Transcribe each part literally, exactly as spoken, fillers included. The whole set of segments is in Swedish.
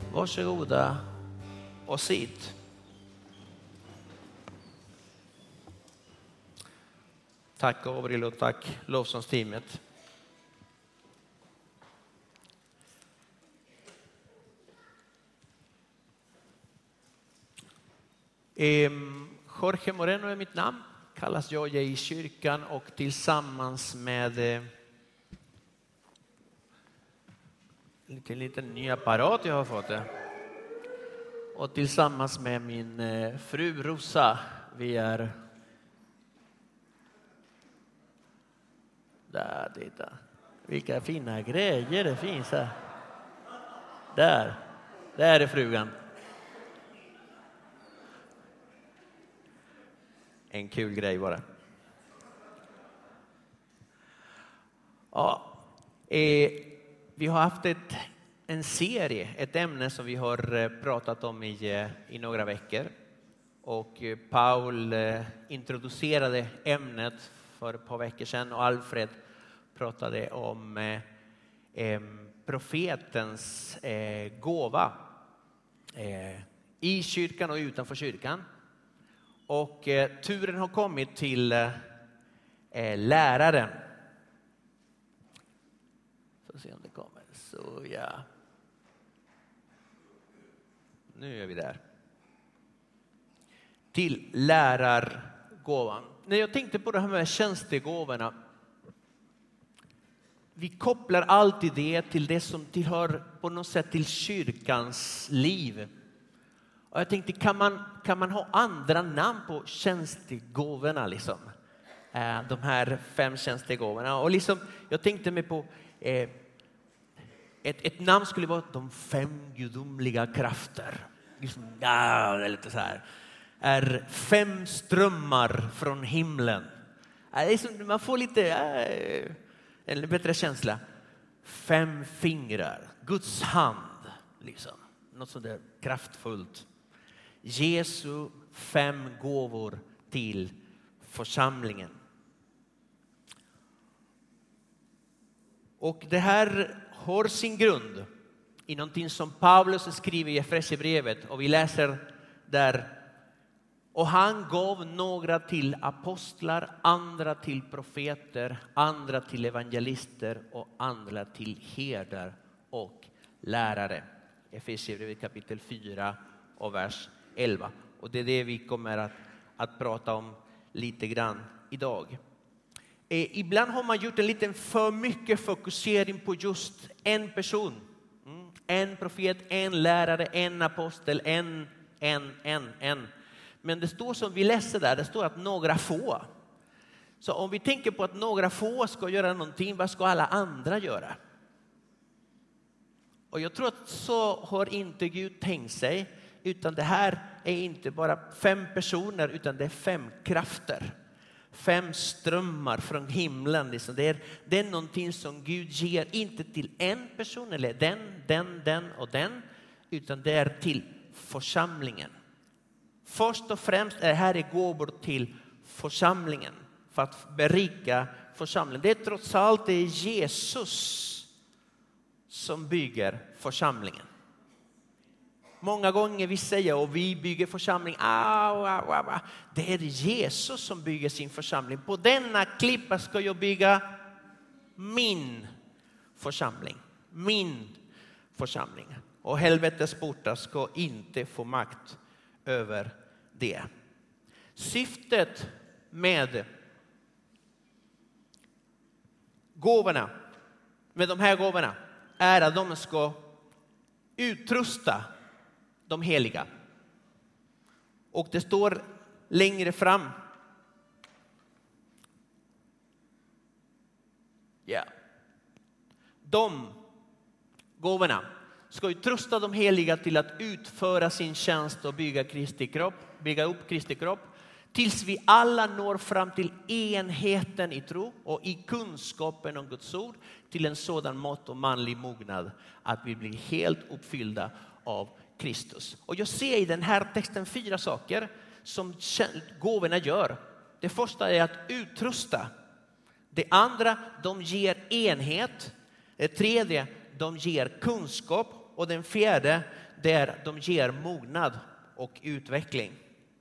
Varsågoda och sitt. Tack Gabriel och tack lovsångsteamet. Jorge Moreno är mitt namn. Kallas jag i kyrkan och tillsammans med eh, en liten ny apparat jag har fått det. Och tillsammans med min eh, fru Rosa, vi är där, titta. Vilka fina grejer det finns här. Där, där är frugan. En kul grej bara. Ja, eh, vi har haft ett, en serie, ett ämne som vi har eh, pratat om i, eh, i några veckor. Och eh, Paul eh, introducerade ämnet för ett par veckor sedan och Alfred pratade om eh, eh, profetens eh, gåva eh, i kyrkan och utanför kyrkan. Och eh, turen har kommit till eh, läraren. Får se om det kommer. Så ja. Nu är vi där. Till lärargåvan. När jag tänkte på det här med tjänstegåvorna. Vi kopplar alltid det till det som tillhör på något sätt till kyrkans liv. Och jag tänkte, kan man, kan man ha andra namn på tjänstegåvorna liksom? Eh, de här fem tjänstegåvorna. Och liksom, jag tänkte mig på eh, ett, ett namn skulle vara de fem gudomliga krafter. Liksom, ja, det är lite så här. Är fem strömmar från himlen. Eh, liksom, man får lite eh, en bättre känsla. Fem fingrar. Guds hand. Liksom. Något sånt där kraftfullt. Jesu fem gåvor till församlingen. Och det här har sin grund i någonting som Paulus skriver i Efesierbrevet. Och vi läser där. Och han gav några till apostlar, andra till profeter, andra till evangelister och andra till herdar och lärare. Efesierbrevet kapitel fyra och vers elva. Och det är det vi kommer att, att prata om lite grann idag. Eh, ibland har man gjort en liten för mycket fokusering på just en person. Mm. En profet, en lärare, en apostel, en, en, en, en. Men det står som vi läser där, det står att några få. Så om vi tänker på att några få ska göra någonting, vad ska alla andra göra? Och jag tror att så har inte Gud tänkt sig. Utan det här är inte bara fem personer utan det är fem krafter. Fem strömmar från himlen. Liksom. Det, är, det är någonting som Gud ger inte till en person eller den, den, den och den. Utan det är till församlingen. Först och främst är det här är gåvor till församlingen. För att berika församlingen. Det är trots allt det är Jesus som bygger församlingen. Många gånger vi säger och vi bygger församling. Au, au, au. Det är Jesus som bygger sin församling. På denna klippa ska jag bygga min församling. Min församling. Och helvetets portar ska inte få makt över det. Syftet med gåvorna, med de här gåvorna, är att de ska utrusta de heliga. Och det står längre fram. Ja. De gåvorna ska utrusta de heliga till att utföra sin tjänst och bygga Kristi kropp, bygga upp Kristi kropp. Tills vi alla når fram till enheten i tro och i kunskapen om Guds ord. Till en sådan mått och manlig mognad att vi blir helt uppfyllda av Kristus. Och jag ser i den här texten fyra saker som gåvorna gör. Det första är att utrusta. Det andra, de ger enhet. Det tredje, de ger kunskap. Och den fjärde, där de ger mognad och utveckling.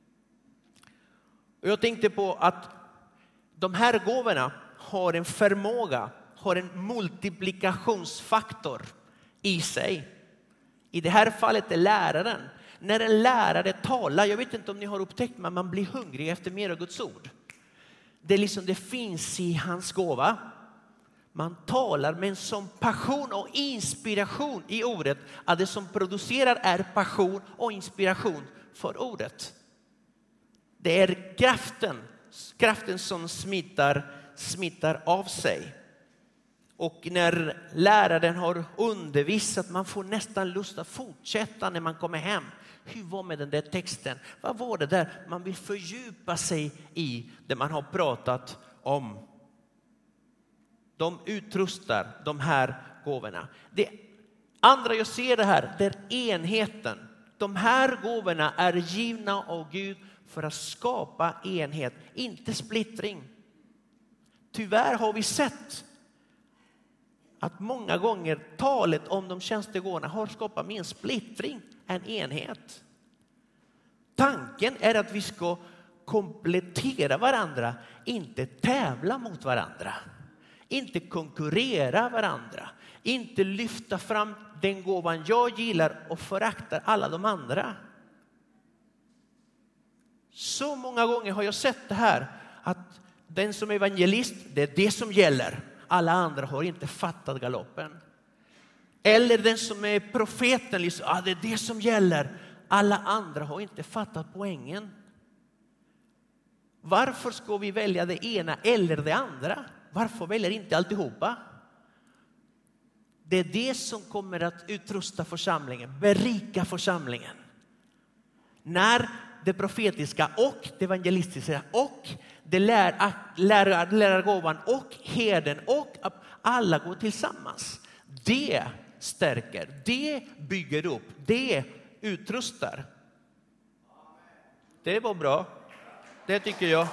Och jag tänkte på att de här gåvorna har en förmåga, har en multiplikationsfaktor i sig. I det här fallet är läraren. När en lärare talar, jag vet inte om ni har upptäckt, men man blir hungrig efter mer av Guds ord. Det är liksom det finns i hans gåva. Man talar med en sån passion och inspiration i ordet, att det som producerar är passion och inspiration för ordet. Det är kraften, kraften som smittar, smittar av sig. Och när läraren har undervisat, man får nästan lust att fortsätta när man kommer hem. Hur var med den där texten? Vad var det där? Man vill fördjupa sig i det man har pratat om. De utrustar de här gåvorna. Det andra jag ser det här, det är enheten. De här gåvorna är givna av Gud för att skapa enhet, inte splittring. Tyvärr har vi sett att många gånger talet om de tjänstegåvorna har skapat mer splittring än enhet. Tanken är att vi ska komplettera varandra, inte tävla mot varandra. Inte konkurrera varandra. Inte lyfta fram den gåvan jag gillar och föraktar alla de andra. Så många gånger har jag sett det här, att den som är evangelist, det är det som gäller. Alla andra har inte fattat galoppen. Eller den som är profeten, liksom, ah, det är det som gäller. Alla andra har inte fattat poängen. Varför ska vi välja det ena eller det andra? Varför väljer inte alltihopa? Det är det som kommer att utrusta församlingen, berika församlingen. När det profetiska och det evangelistiska och det lär, lär, lärargåvan och herden och alla går tillsammans. Det stärker, det bygger upp, det utrustar. Det var bra. Det tycker jag.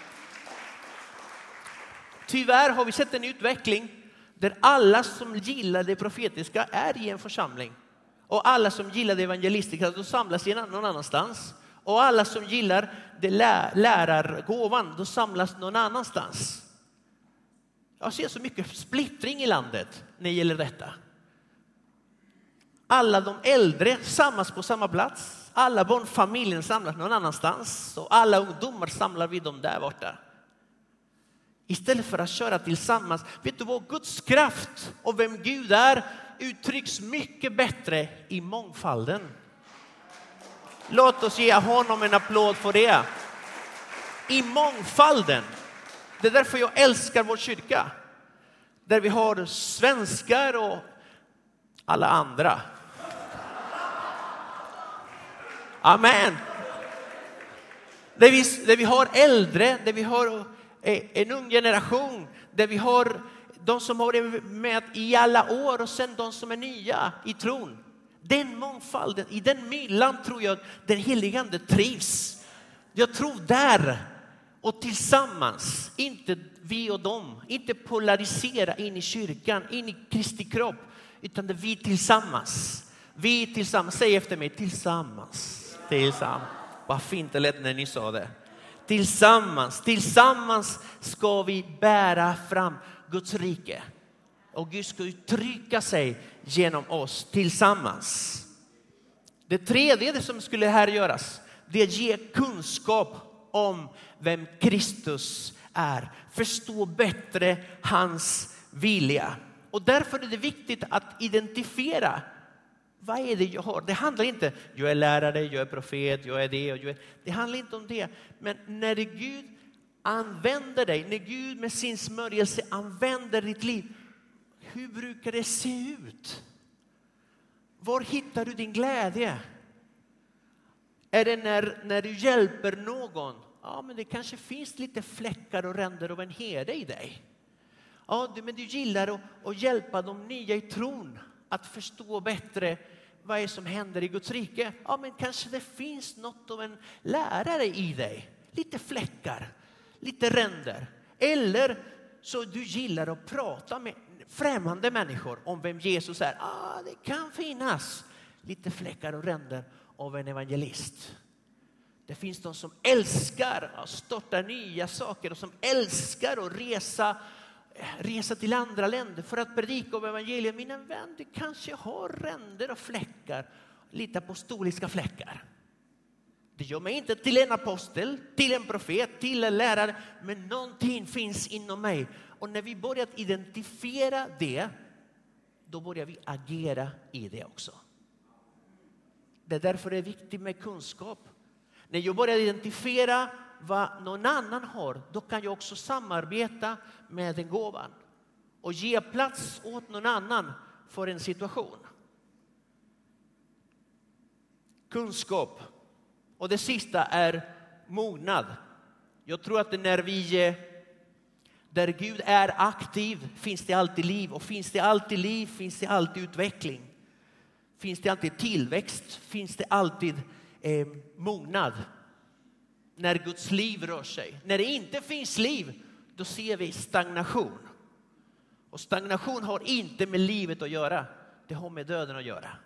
Tyvärr har vi sett en utveckling där alla som gillar det profetiska är i en församling. Och alla som gillar det evangelistiska, då samlas i någon annanstans. Och alla som gillar det lä- lärargåvan, då samlas någon annanstans. Jag ser så mycket splittring i landet när det gäller detta. Alla de äldre samlas på samma plats. Alla barnfamiljen samlas någon annanstans. Och alla ungdomar samlar vid dem där borta. Istället för att köra tillsammans. Vet du vad? Guds kraft och vem Gud är uttrycks mycket bättre i mångfalden. Låt oss ge honom en applåd för det. I mångfalden. Det är därför jag älskar vår kyrka. Där vi har svenskar och alla andra. Amen. Där vi, där vi har äldre, där vi har en ung generation, där vi har de som har varit med i alla år och sen de som är nya i tron. Den mångfalden, i den myllan tror jag den helige ande trivs. Jag tror där och tillsammans, inte vi och dem, inte polarisera in i kyrkan, in i Kristi kropp, utan det vi tillsammans. Vi tillsammans, säg efter mig, tillsammans. Tillsammans. Vad fint det lät när ni sa det. Tillsammans, tillsammans ska vi bära fram Guds rike. Och Gud ska uttrycka sig genom oss tillsammans. Det tredje det som skulle här göras, det är att ge kunskap om vem Kristus är. Förstå bättre hans vilja. Och därför är det viktigt att identifiera vad är det jag har. Det handlar inte, jag är lärare, jag är profet, jag är det och jag är... Det handlar inte om det. Men när Gud använder dig, när Gud med sin smörjelse använder ditt liv, hur brukar det se ut? Var hittar du din glädje? Är det när, när du hjälper någon? Ja, men det kanske finns lite fläckar och ränder av en herde i dig. Ja, du, men du gillar att, att hjälpa de nya i tron att förstå bättre vad är som händer i Guds rike. Ja, men kanske det finns något av en lärare i dig. Lite fläckar, lite ränder. Eller så du gillar att prata med, främmande människor om vem Jesus är. Ah, det kan finnas lite fläckar och ränder av en evangelist. Det finns de som älskar att starta nya saker och som älskar att resa, resa till andra länder för att predika om evangeliet. Mina vän, du kanske har ränder och fläckar, lite apostoliska fläckar. Det gör mig inte till en apostel, till en profet, till en lärare, men någonting finns inom mig. Och när vi börjar identifiera det, då börjar vi agera i det också. Det är därför det är viktigt med kunskap. När jag börjar identifiera vad någon annan har, då kan jag också samarbeta med den gåvan och ge plats åt någon annan för en situation. Kunskap. Och det sista är mognad. Jag tror att när vi, där Gud är aktiv, finns det alltid liv. Och finns det alltid liv, finns det alltid utveckling. Finns det alltid tillväxt, finns det alltid eh, mognad. När Guds liv rör sig. När det inte finns liv, då ser vi stagnation. Och stagnation har inte med livet att göra. Det har med döden att göra.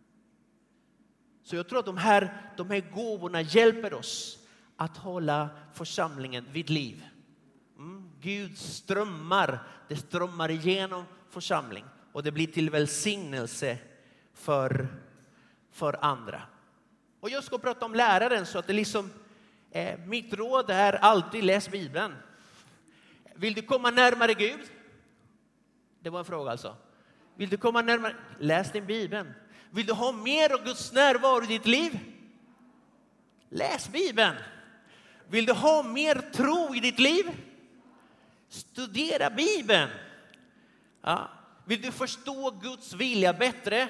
Så jag tror att de här, de här gåvorna hjälper oss att hålla församlingen vid liv. Mm. Gud strömmar, det strömmar igenom församling. Och det blir till välsignelse för, för andra. Och jag ska prata om läraren så att det liksom, eh, mitt råd är alltid läs Bibeln. Vill du komma närmare Gud? Det var en fråga alltså. Vill du komma närmare? Läs din Bibeln. Vill du ha mer av Guds närvaro i ditt liv? Läs Bibeln. Vill du ha mer tro i ditt liv? Studera Bibeln. Ja. Vill du förstå Guds vilja bättre?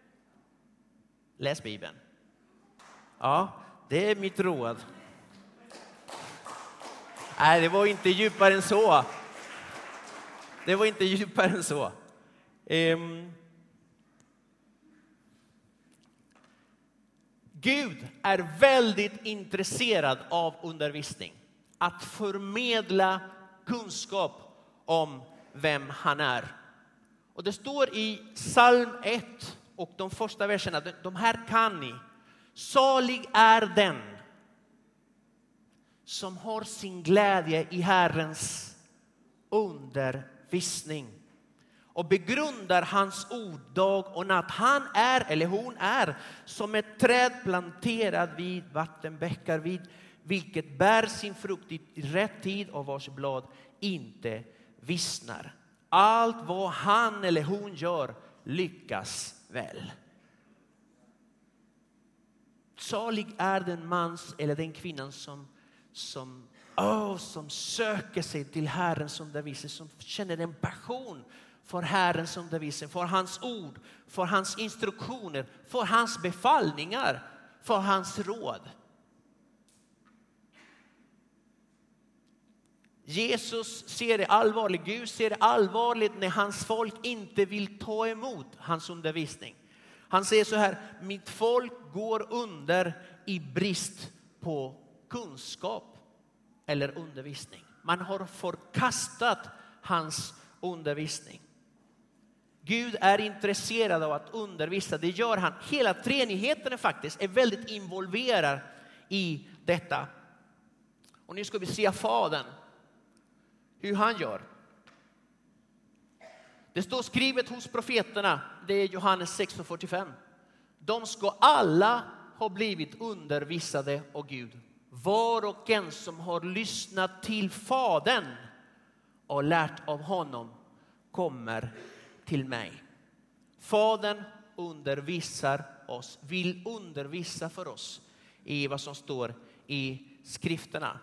Läs Bibeln. Ja, det är mitt råd. Nej, det var inte djupare än så. Det var inte djupare än så. Um, Gud är väldigt intresserad av undervisning. Att förmedla kunskap om vem han är. Och det står i psalm ett och de första verserna. De här kan ni. Salig är den som har sin glädje i Herrens undervisning. Och begrundar hans ord dag och natt. Han är, eller hon är, som ett träd planterad vid vattenbäckar, vid vilket bär sin frukt i rätt tid och vars blad inte vissnar. Allt vad han eller hon gör lyckas väl. Salig är den mans eller den kvinnan som, som, oh, som söker sig till Herrens undervisning, som känner en passion för Herrens undervisning, för hans ord, för hans instruktioner, för hans befallningar, för hans råd. Jesus ser det allvarligt, Gud ser det allvarligt när hans folk inte vill ta emot hans undervisning. Han säger så här: mitt folk går under i brist på kunskap eller undervisning. Man har förkastat hans undervisning. Gud är intresserad av att undervisa, det gör han. Hela treenigheten faktiskt är väldigt involverad i detta. Och nu ska vi se Fadern, hur han gör. Det står skrivet hos profeterna, det är Johannes sex och fyrtiofem. De ska alla ha blivit undervisade av Gud. Var och en som har lyssnat till Fadern och lärt av honom kommer till mig. Fadern undervisar oss, vill undervisa för oss i vad som står i skrifterna.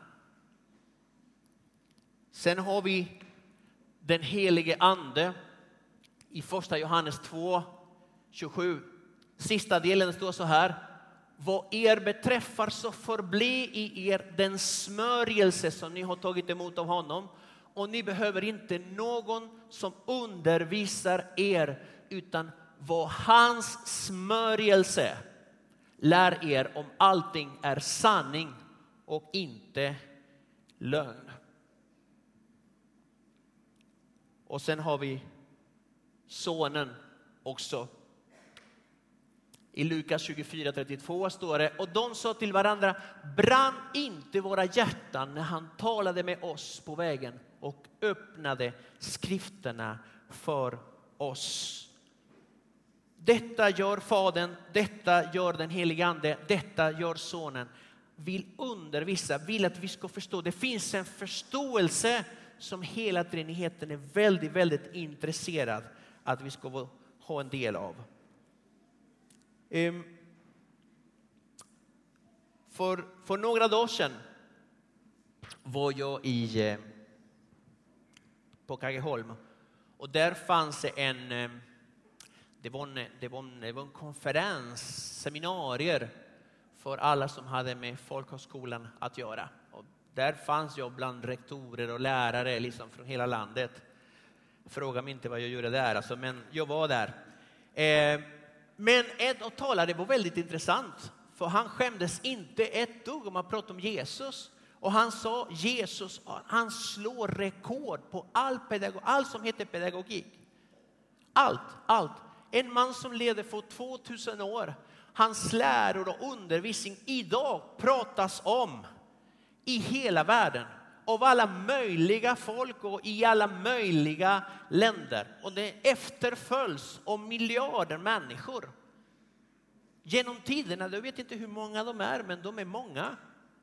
Sen har vi den helige ande i första Johannes två tjugosju. Sista delen står så här: vad er beträffar så förbli i er den smörjelse som ni har tagit emot av honom. Och ni behöver inte någon som undervisar er, utan vad hans smörjelse lär er om allting är sanning och inte lögn. Och sen har vi sonen också. I Lukas tjugofyra trettiotvå står det: och de sa till varandra, brann inte våra hjärtan när han talade med oss på vägen och öppnade skrifterna för oss. Detta gör Fadern, detta gör den helige Ande, detta gör Sonen. Vill undervisa, vill att vi ska förstå. Det finns en förståelse som hela treenigheten är väldigt, väldigt intresserad att vi ska ha en del av. Um, för, för några dagar sedan var jag i eh, på Kaggeholm, och där fanns en eh, det, var en, det, var en, det var en konferens, seminarier för alla som hade med folkhögskolan att göra. Och där fanns jag bland rektorer och lärare liksom från hela landet. Fråga mig inte vad jag gjorde där, alltså, men jag var där. Eh, men en av talare var väldigt intressant, för han skämdes inte ett dugg om att prata om Jesus. Och han sa, Jesus, han slår rekord på all pedagog, allt som heter pedagogik. Allt, allt. En man som levde för tvåtusen år. Hans läror och undervisning idag pratas om i hela världen. Av alla möjliga folk och i alla möjliga länder. Och det efterföljs av miljarder människor. Genom tiderna, jag vet inte hur många de är, men de är många.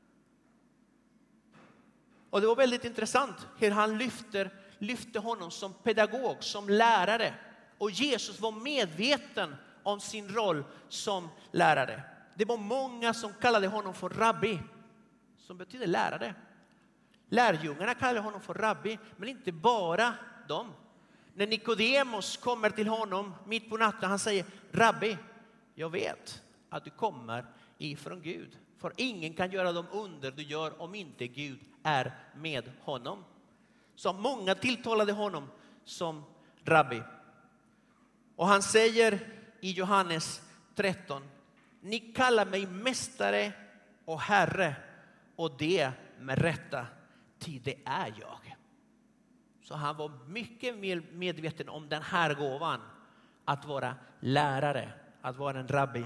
Och det var väldigt intressant hur han lyfter, lyfter honom som pedagog, som lärare. Och Jesus var medveten om sin roll som lärare. Det var många som kallade honom för rabbi, som betyder lärare. Lärjungarna kallade honom för rabbi, men inte bara dem. När Nikodemus kommer till honom mitt på natten, han säger, rabbi, jag vet att du kommer ifrån Gud. För ingen kan göra de under du gör om inte Gud är med honom. Så många tilltalade honom som rabbi. Och han säger i Johannes tretton, ni kallar mig mästare och herre, och det med rätta, ty det är jag. Så han var mycket medveten om den här gåvan, att vara lärare, att vara en rabbi.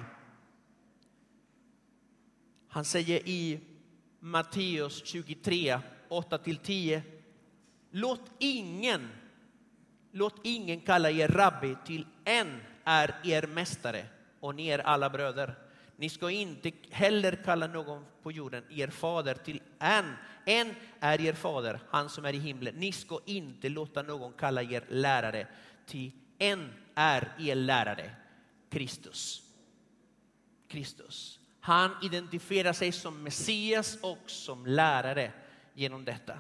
Han säger i Matteus tjugotre, åtta till tio, låt ingen, låt ingen kalla er rabbi, till en är er mästare och ni är alla bröder. Ni ska inte heller kalla någon på jorden er fader, till en, en är er fader, han som är i himlen. Ni ska inte låta någon kalla er lärare, till en är er lärare, Kristus. Kristus. Han identifierar sig som Messias och som lärare genom detta.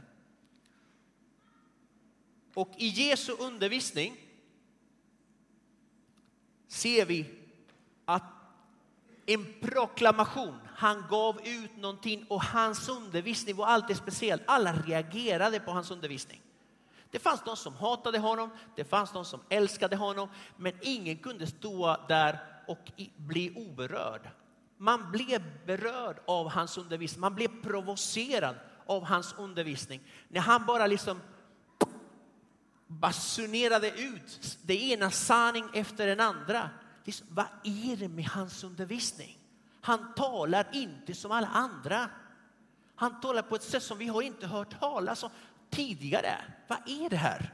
Och i Jesu undervisning ser vi att en proklamation, han gav ut någonting, och hans undervisning var alltid speciellt. Alla reagerade på hans undervisning. Det fanns de som hatade honom, det fanns de som älskade honom, men ingen kunde stå där och bli oberörd. Man blev berörd av hans undervisning. Man blev provocerad av hans undervisning. När han bara liksom basunerade ut det ena sanning efter den andra. Liksom, vad är det med hans undervisning? Han talar inte som alla andra. Han talar på ett sätt som vi har inte hört talas om tidigare. Vad är det här?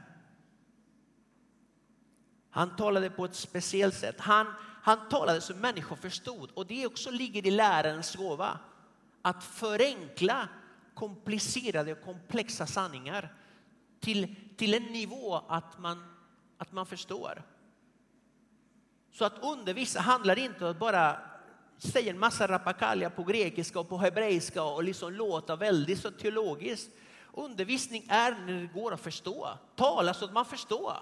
Han talade på ett speciellt sätt. Han, han talade som människor förstod. Och det också ligger i lärarens gåva. Att förenkla komplicerade och komplexa sanningar till, till en nivå att man, att man förstår. Så att undervisa handlar inte om att bara säga en massa rapakalia på grekiska och på hebreiska och liksom låta väldigt så teologiskt. Undervisning är när det går att förstå. Tala så att man förstår.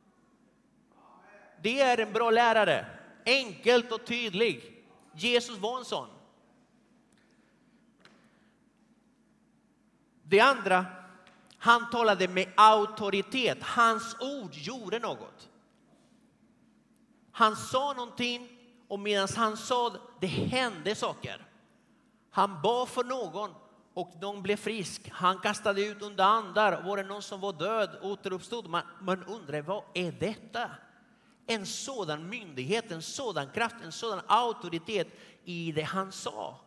Det är en bra lärare. Enkelt och tydlig. Jesus var en sån. Det andra, han talade med auktoritet. Hans ord gjorde något. Han sa någonting, och medan han sa det hände saker. Han bad för någon och någon blev frisk. Han kastade ut onda andar. Var det någon som var död återuppstod? Man, man undrar, vad är detta? en sådan myndighet, en sådan kraft, en sådan auktoritet i det han sa.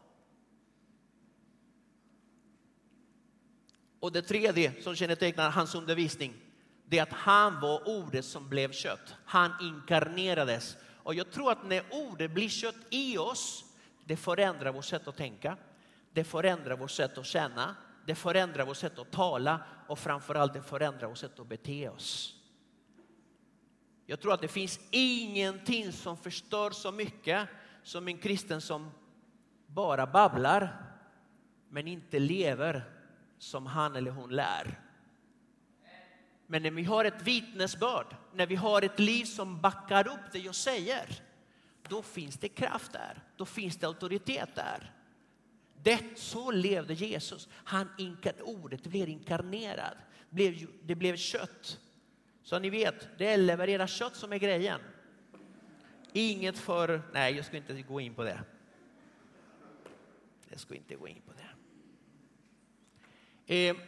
Och det tredje som kännetecknar hans undervisning, det är att han var ordet som blev kött. Han inkarnerades. Och jag tror att när ordet blir kött i oss, det förändrar vårt sätt att tänka. Det förändrar vårt sätt att känna. Det förändrar vårt sätt att tala. Och framförallt det förändrar vårt sätt att bete oss. Jag tror att det finns ingenting som förstör så mycket som en kristen som bara babblar men inte lever som han eller hon lär. Men när vi har ett vittnesbörd, när vi har ett liv som backar upp det jag säger, då finns det kraft där. Då finns det auktoritet där. Det, så levde Jesus. Han inkar, ordet blev inkarnerad. Det blev, det blev kött. Så ni vet, det är leverera kött som är grejen. Inget för... Nej, jag ska inte gå in på det. Jag ska inte gå in på det. Eh,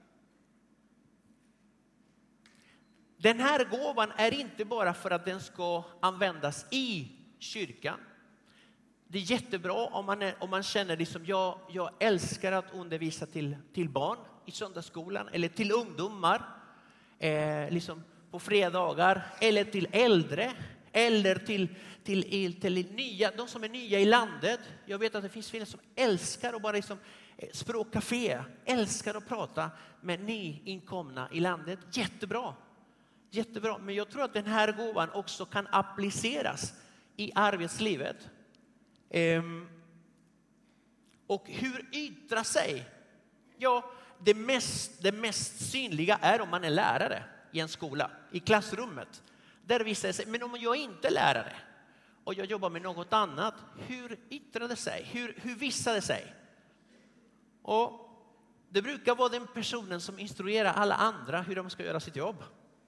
den här gåvan är inte bara för att den ska användas i kyrkan. Det är jättebra om man, är, om man känner det som jag, jag älskar att undervisa till, till barn i söndagsskolan. Eller till ungdomar eh, liksom på fredagar. Eller till äldre. Eller till, till, till, till nya, de som är nya i landet. Jag vet att det finns kvinnor som älskar att bara liksom språkcafé. Älskar att prata med nyinkomna i landet. Jättebra. Jättebra. Men jag tror att den här gåvan också kan appliceras i arbetslivet. Um, och hur yttrar sig? Ja, det mest, det mest synliga är om man är lärare i en skola, i klassrummet. Där visar det sig, men om jag inte är lärare och jag jobbar med något annat, hur yttrar det sig? Hur, hur visar det sig? Och det brukar vara den personen som instruerar alla andra hur de ska göra sitt jobb.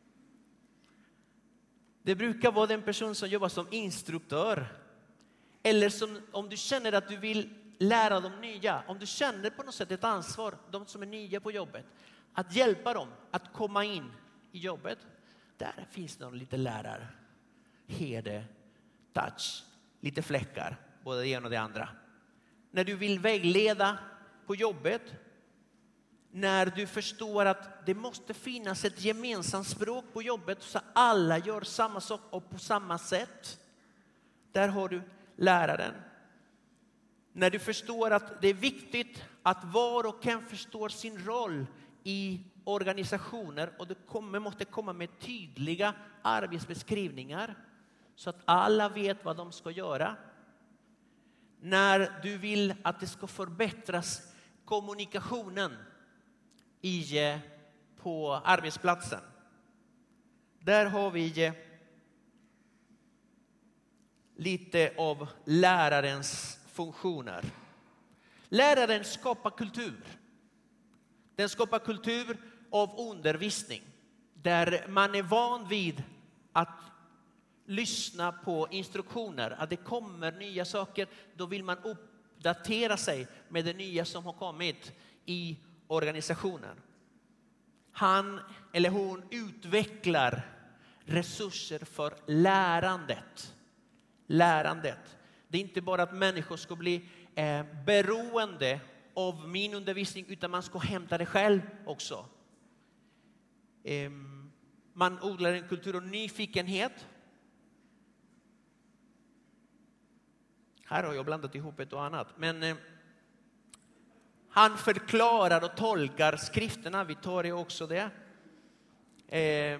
Det brukar vara den person som jobbar som instruktör. Eller som, om du känner att du vill lära dem nya. Om du känner på något sätt ett ansvar, de som är nya på jobbet. Att hjälpa dem att komma in i jobbet. Där finns det någon lite lärare. Herde, touch, lite fläckar. Både det ena och det andra. När du vill vägleda på jobbet. När du förstår att det måste finnas ett gemensamt språk på jobbet. Så alla gör samma sak och på samma sätt. Där har du läraren. När du förstår att det är viktigt att var och en förstår sin roll i organisationer. Och det kommer, måste komma med tydliga arbetsbeskrivningar. Så att alla vet vad de ska göra. När du vill att det ska förbättras kommunikationen i, på arbetsplatsen. Där har vi lite av lärarens funktioner. Läraren skapar kultur. Den skapar kultur av undervisning. Där man är van vid att lyssna på instruktioner. Att det kommer nya saker. Då vill man uppdatera sig med det nya som har kommit i organisationen. Han eller hon utvecklar resurser för lärandet. Lärandet. Det är inte bara att människor ska bli eh, beroende av min undervisning, utan man ska hämta det själv också. Eh, man odlar en kultur av nyfikenhet. Här har jag blandat ihop ett och annat. Men eh, han förklarar och tolkar skrifterna. Vi tar det också det. Eh,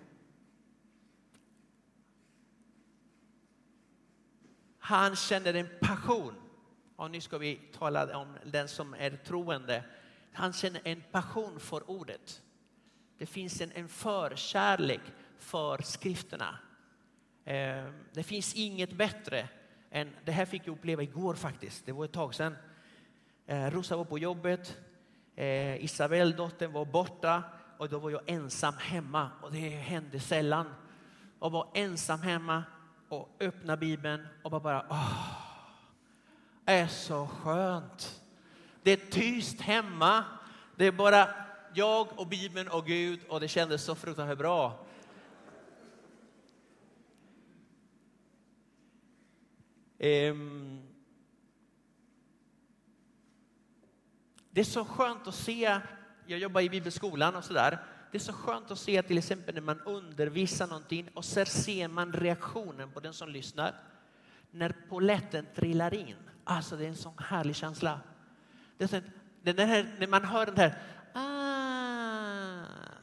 Han känner en passion. Och nu ska vi tala om den som är troende. Han känner en passion för ordet. Det finns en, en förkärlek för skrifterna. Eh, det finns inget bättre än... Det här fick jag uppleva igår faktiskt. Det var ett tag sedan. Eh, Rosa var på jobbet. Eh, Isabel, dottern, var borta. Och då var jag ensam hemma. Och det hände sällan. Och var ensam hemma. Och öppna Bibeln och bara, bara åh, är så skönt. Det är tyst hemma. Det är bara jag och Bibeln och Gud. Och det kändes så fruktansvärt bra. Ehm, det är så skönt att se, jag jobbar i bibelskolan och sådär. Det är så skönt att se till exempel när man undervisar någonting och så ser man reaktionen på den som lyssnar. När polletten trillar in. Alltså det är en sån härlig känsla. Det är så, den här, när man hör den här. Ah,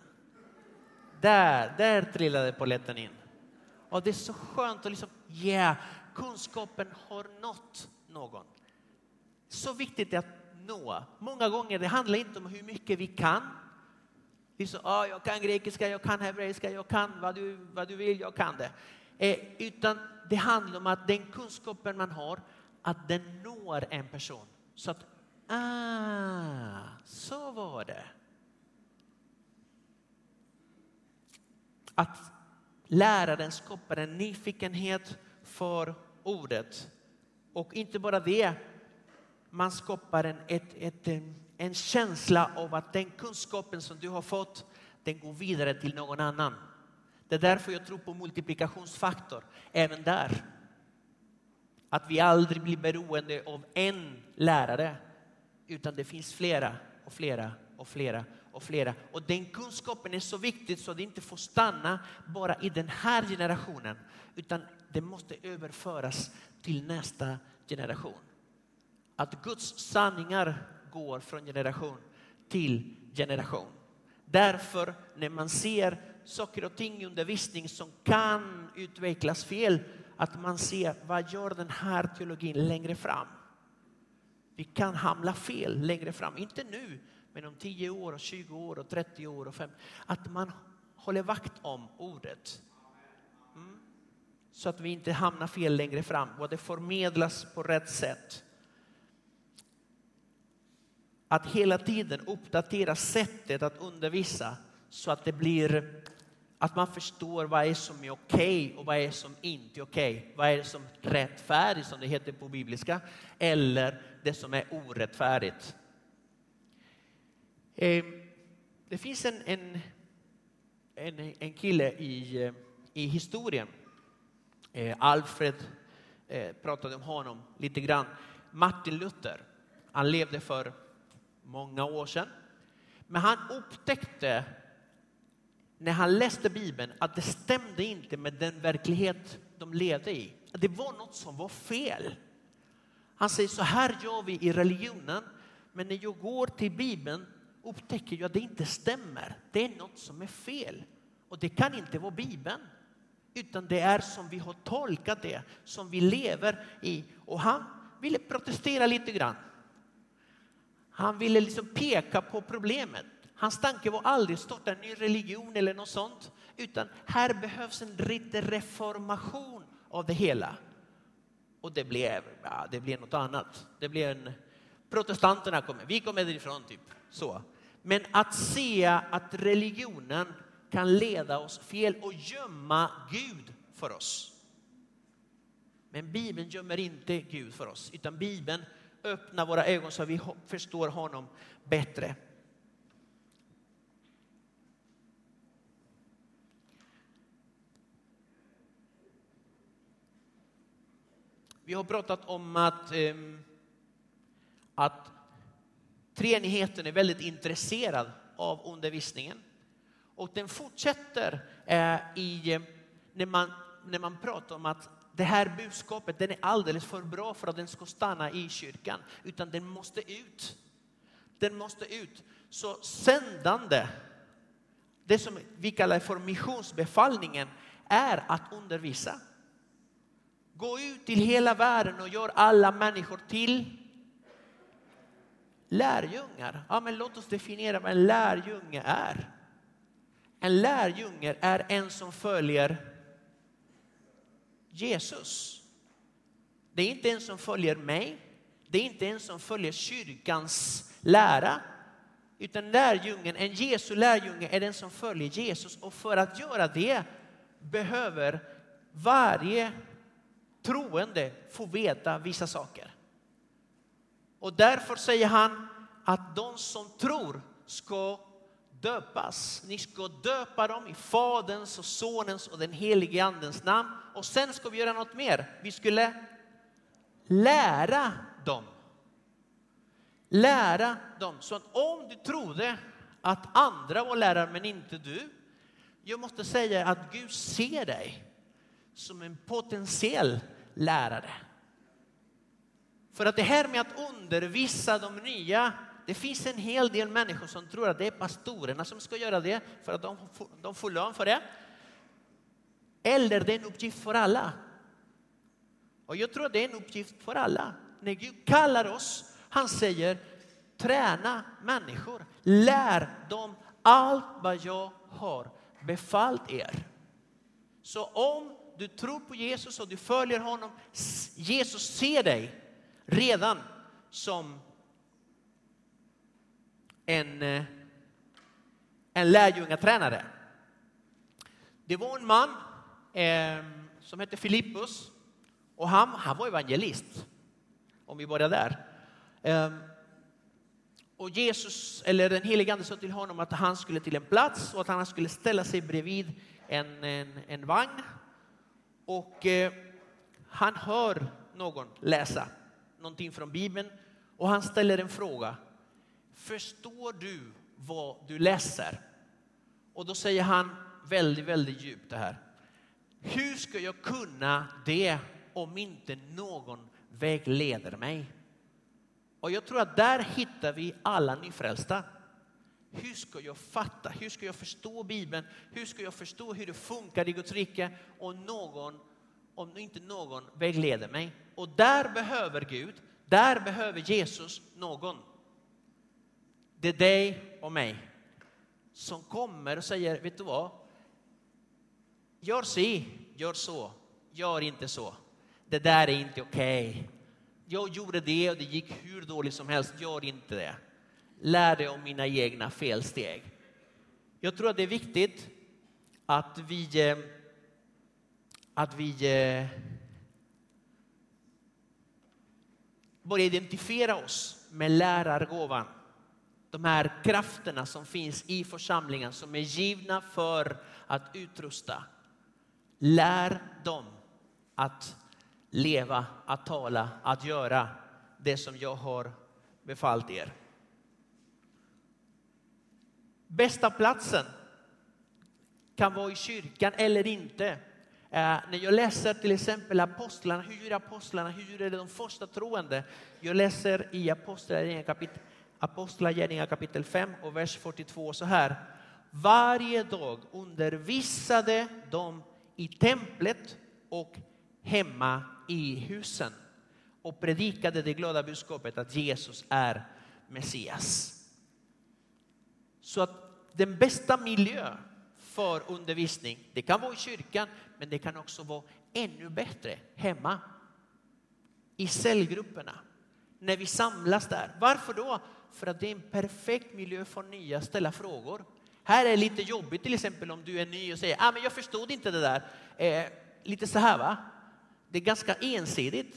där, där trillade polletten in. Och det är så skönt att liksom, yeah, kunskapen har nått någon. Så viktigt är att nå. Många gånger det handlar inte om hur mycket vi kan. Vi så, ah, jag kan grekiska, jag kan hebreiska, jag kan vad du, vad du vill, jag kan det. Eh, utan det handlar om att den kunskapen man har, att den når en person. Så att, ah, så var det. Att läraren skapar en nyfikenhet för ordet. Och inte bara det, man skapar en, ett, ett, en känsla av att den kunskapen som du har fått, den går vidare till någon annan. Det är därför jag tror på multiplikationsfaktor, även där. Att vi aldrig blir beroende av en lärare, utan det finns flera och flera och flera och flera. Och den kunskapen är så viktig så det inte får stanna bara i den här generationen, utan det måste överföras till nästa generation. Att Guds sanningar går från generation till generation. Därför när man ser saker och ting i undervisning som kan utvecklas fel, att man ser vad gör den här teologin längre fram. Vi kan hamna fel längre fram, inte nu, men om tio år, och tjugo år och trettio år och fem. Att man håller vakt om ordet. Mm. Så att vi inte hamnar fel längre fram och det förmedlas på rätt sätt. Att hela tiden uppdatera sättet att undervisa så att det blir att man förstår vad är som är okej och vad är som inte är okej. Vad är det som är rättfärdigt som det heter på bibliska eller det som är orättfärdigt. Det finns en, en, en, en kille i, i historien. Alfred pratade om honom lite grann. Martin Luther. Han levde för många år sedan. Men han upptäckte när han läste Bibeln att det stämde inte med den verklighet de levde i. Det var något som var fel. Han säger så här gör vi i religionen. Men när jag går till Bibeln upptäcker jag att det inte stämmer. Det är något som är fel. Och det kan inte vara Bibeln. Utan det är som vi har tolkat det. Som vi lever i. Och han ville protestera lite grann. Han ville liksom peka på problemet. Hans tanke var aldrig starta en ny religion eller något sånt. Utan här behövs en lite reformation av det hela. Och det blev, ja, det blev något annat. Det blev en... Protestanterna kommer, vi kommer därifrån typ. Så. Men att se att religionen kan leda oss fel och gömma Gud för oss. Men Bibeln gömmer inte Gud för oss. Utan Bibeln öppnar våra ögon så vi förstår honom bättre. Vi har pratat om att, eh, att treenigheten är väldigt intresserad av undervisningen. Och den fortsätter eh, i, när, man, när man pratar om att det här budskapet den är alldeles för bra för att den ska stanna i kyrkan. Utan den måste ut. Den måste ut. Så sändande, det som vi kallar för missionsbefallningen, är att undervisa. Gå ut till hela världen och gör alla människor till lärjungar. Ja, men låt oss definiera vad en lärjunge är. En lärjunge är en som följer Jesus. Det är inte en som följer mig. Det är inte en som följer kyrkans lära. Utan lärjungen, en Jesu lärjunge är den som följer Jesus. Och för att göra det behöver varje troende få veta vissa saker. Och därför säger han att de som tror ska döpas. Ni ska döpa dem i Faderns och Sonens och den helige Andens namn. Och sen ska vi göra något mer. Vi skulle lära dem. Lära dem. Så att om du trodde att andra var lärare men inte du. Jag måste säga att Gud ser dig som en potentiell lärare. För att det här med att undervisa de nya, det finns en hel del människor som tror att det är pastorerna som ska göra det för att de får, de får lön för det. Eller det är en uppgift för alla. Och jag tror att det är en uppgift för alla. När Gud kallar oss, han säger, träna människor. Lär dem allt vad jag har befallt er. Så om du tror på Jesus och du följer honom, Jesus ser dig redan som en, en lärjungatränare. Det var en man eh, som hette Filippus. Och han, han var evangelist. Om vi börjar där. Eh, och Jesus, eller den helige ande sa till honom att han skulle till en plats. Och att han skulle ställa sig bredvid en, en, en vagn. Och eh, han hör någon läsa någonting från Bibeln. Och han ställer en fråga. Förstår du vad du läser? Och då säger han väldigt, väldigt djupt det här. Hur ska jag kunna det om inte någon vägleder mig? Och jag tror att där hittar vi alla nyfrälsta. Hur ska jag fatta? Hur ska jag förstå Bibeln? Hur ska jag förstå hur det funkar i Guds rike? Och någon, om inte någon vägleder mig. Och där behöver Gud, där behöver Jesus någon. Det är dig och mig. Som kommer och säger, vet du vad? Gör si, gör så. Gör inte så. Det där är inte okej. Okay. Jag gjorde det och det gick hur dåligt som helst. Gör inte det. Lär dig om mina egna felsteg. Jag tror att det är viktigt att vi att vi börjar identifiera oss med lärargåvan. De här krafterna som finns i församlingen som är givna för att utrusta. Lär dem att leva, att tala, att göra det som jag har befallt er. Bästa platsen kan vara i kyrkan eller inte. Eh, när jag läser till exempel apostlarna, hur gjorde apostlarna, hur gjorde de första troende? Jag läser i Apostlagärningarna kapitel, Apostlagärningarna kapitel fem och vers fyrtiotvå så här. Varje dag undervisade de i templet och hemma i husen och predikade det glada budskapet att Jesus är Messias. Så att den bästa miljö för undervisning, det kan vara i kyrkan, men det kan också vara ännu bättre hemma. I cellgrupperna. När vi samlas där. Varför då? För att det är en perfekt miljö för nya att ställa frågor. Här är det lite jobbigt till exempel om du är ny och säger ah, men jag förstod inte det där. Eh, lite så här va? Det är ganska ensidigt.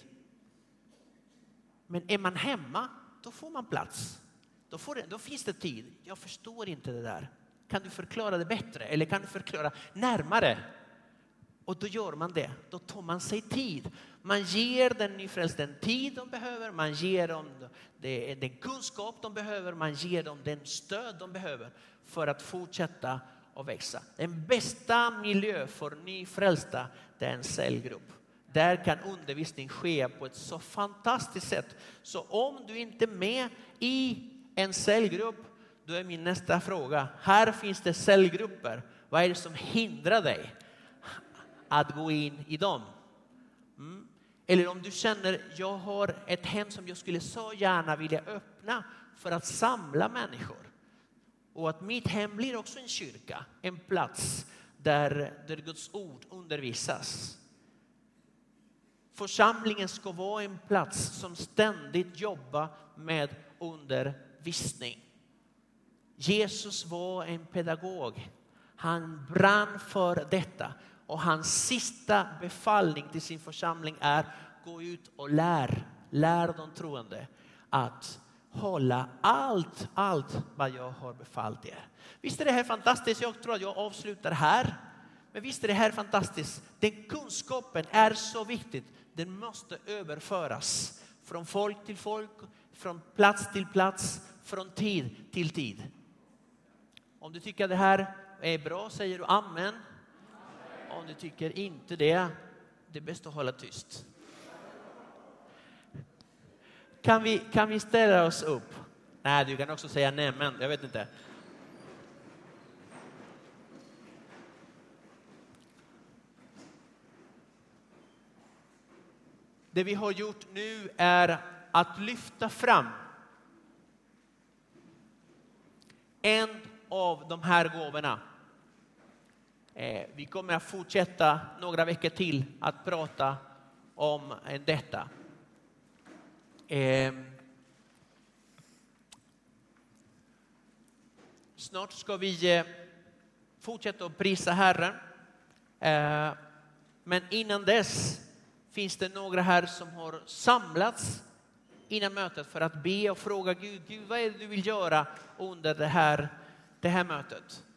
Men är man hemma, då får man plats. Då, får det, då finns det tid. Jag förstår inte det där. Kan du förklara det bättre? Eller kan du förklara närmare? Och då gör man det. Då tar man sig tid. Man ger den nyfrälsta den tid de behöver. Man ger dem den kunskap de behöver. Man ger dem den stöd de behöver. För att fortsätta att växa. Den bästa miljö för nyfrälsta, det är en cellgrupp. Där kan undervisning ske på ett så fantastiskt sätt. Så om du inte är med i en cellgrupp, då är min nästa fråga. Här finns det cellgrupper. Vad är det som hindrar dig att gå in i dem? Mm. Eller om du känner, jag har ett hem som jag skulle så gärna vilja öppna för att samla människor. Och att mitt hem blir också en kyrka. En plats där, där Guds ord undervisas. Församlingen ska vara en plats som ständigt jobbar med undervisning. Jesus var en pedagog. Han brann för detta. Och hans sista befallning till sin församling är gå ut och lär. Lär de troende att hålla allt, allt vad jag har befallt er. Visst är det här fantastiskt? Jag tror att jag avslutar här. Men visst är det här fantastiskt. Den kunskapen är så viktigt. Den måste överföras från folk till folk, från plats till plats, från tid till tid. Om du tycker att det här är bra, säger du amen. Om du tycker inte det, det är bäst att hålla tyst. Kan vi, kan vi ställa oss upp? Nej, du kan också säga nej, men jag vet inte. Det vi har gjort nu är att lyfta fram en av de här gåvorna. Eh, vi kommer att fortsätta några veckor till att prata om detta. Eh, snart ska vi eh, fortsätta att prisa Herren. Eh, men innan dess finns det några här som har samlats innan mötet för att be och fråga Gud, Gud, vad är det du vill göra under det här, det här mötet?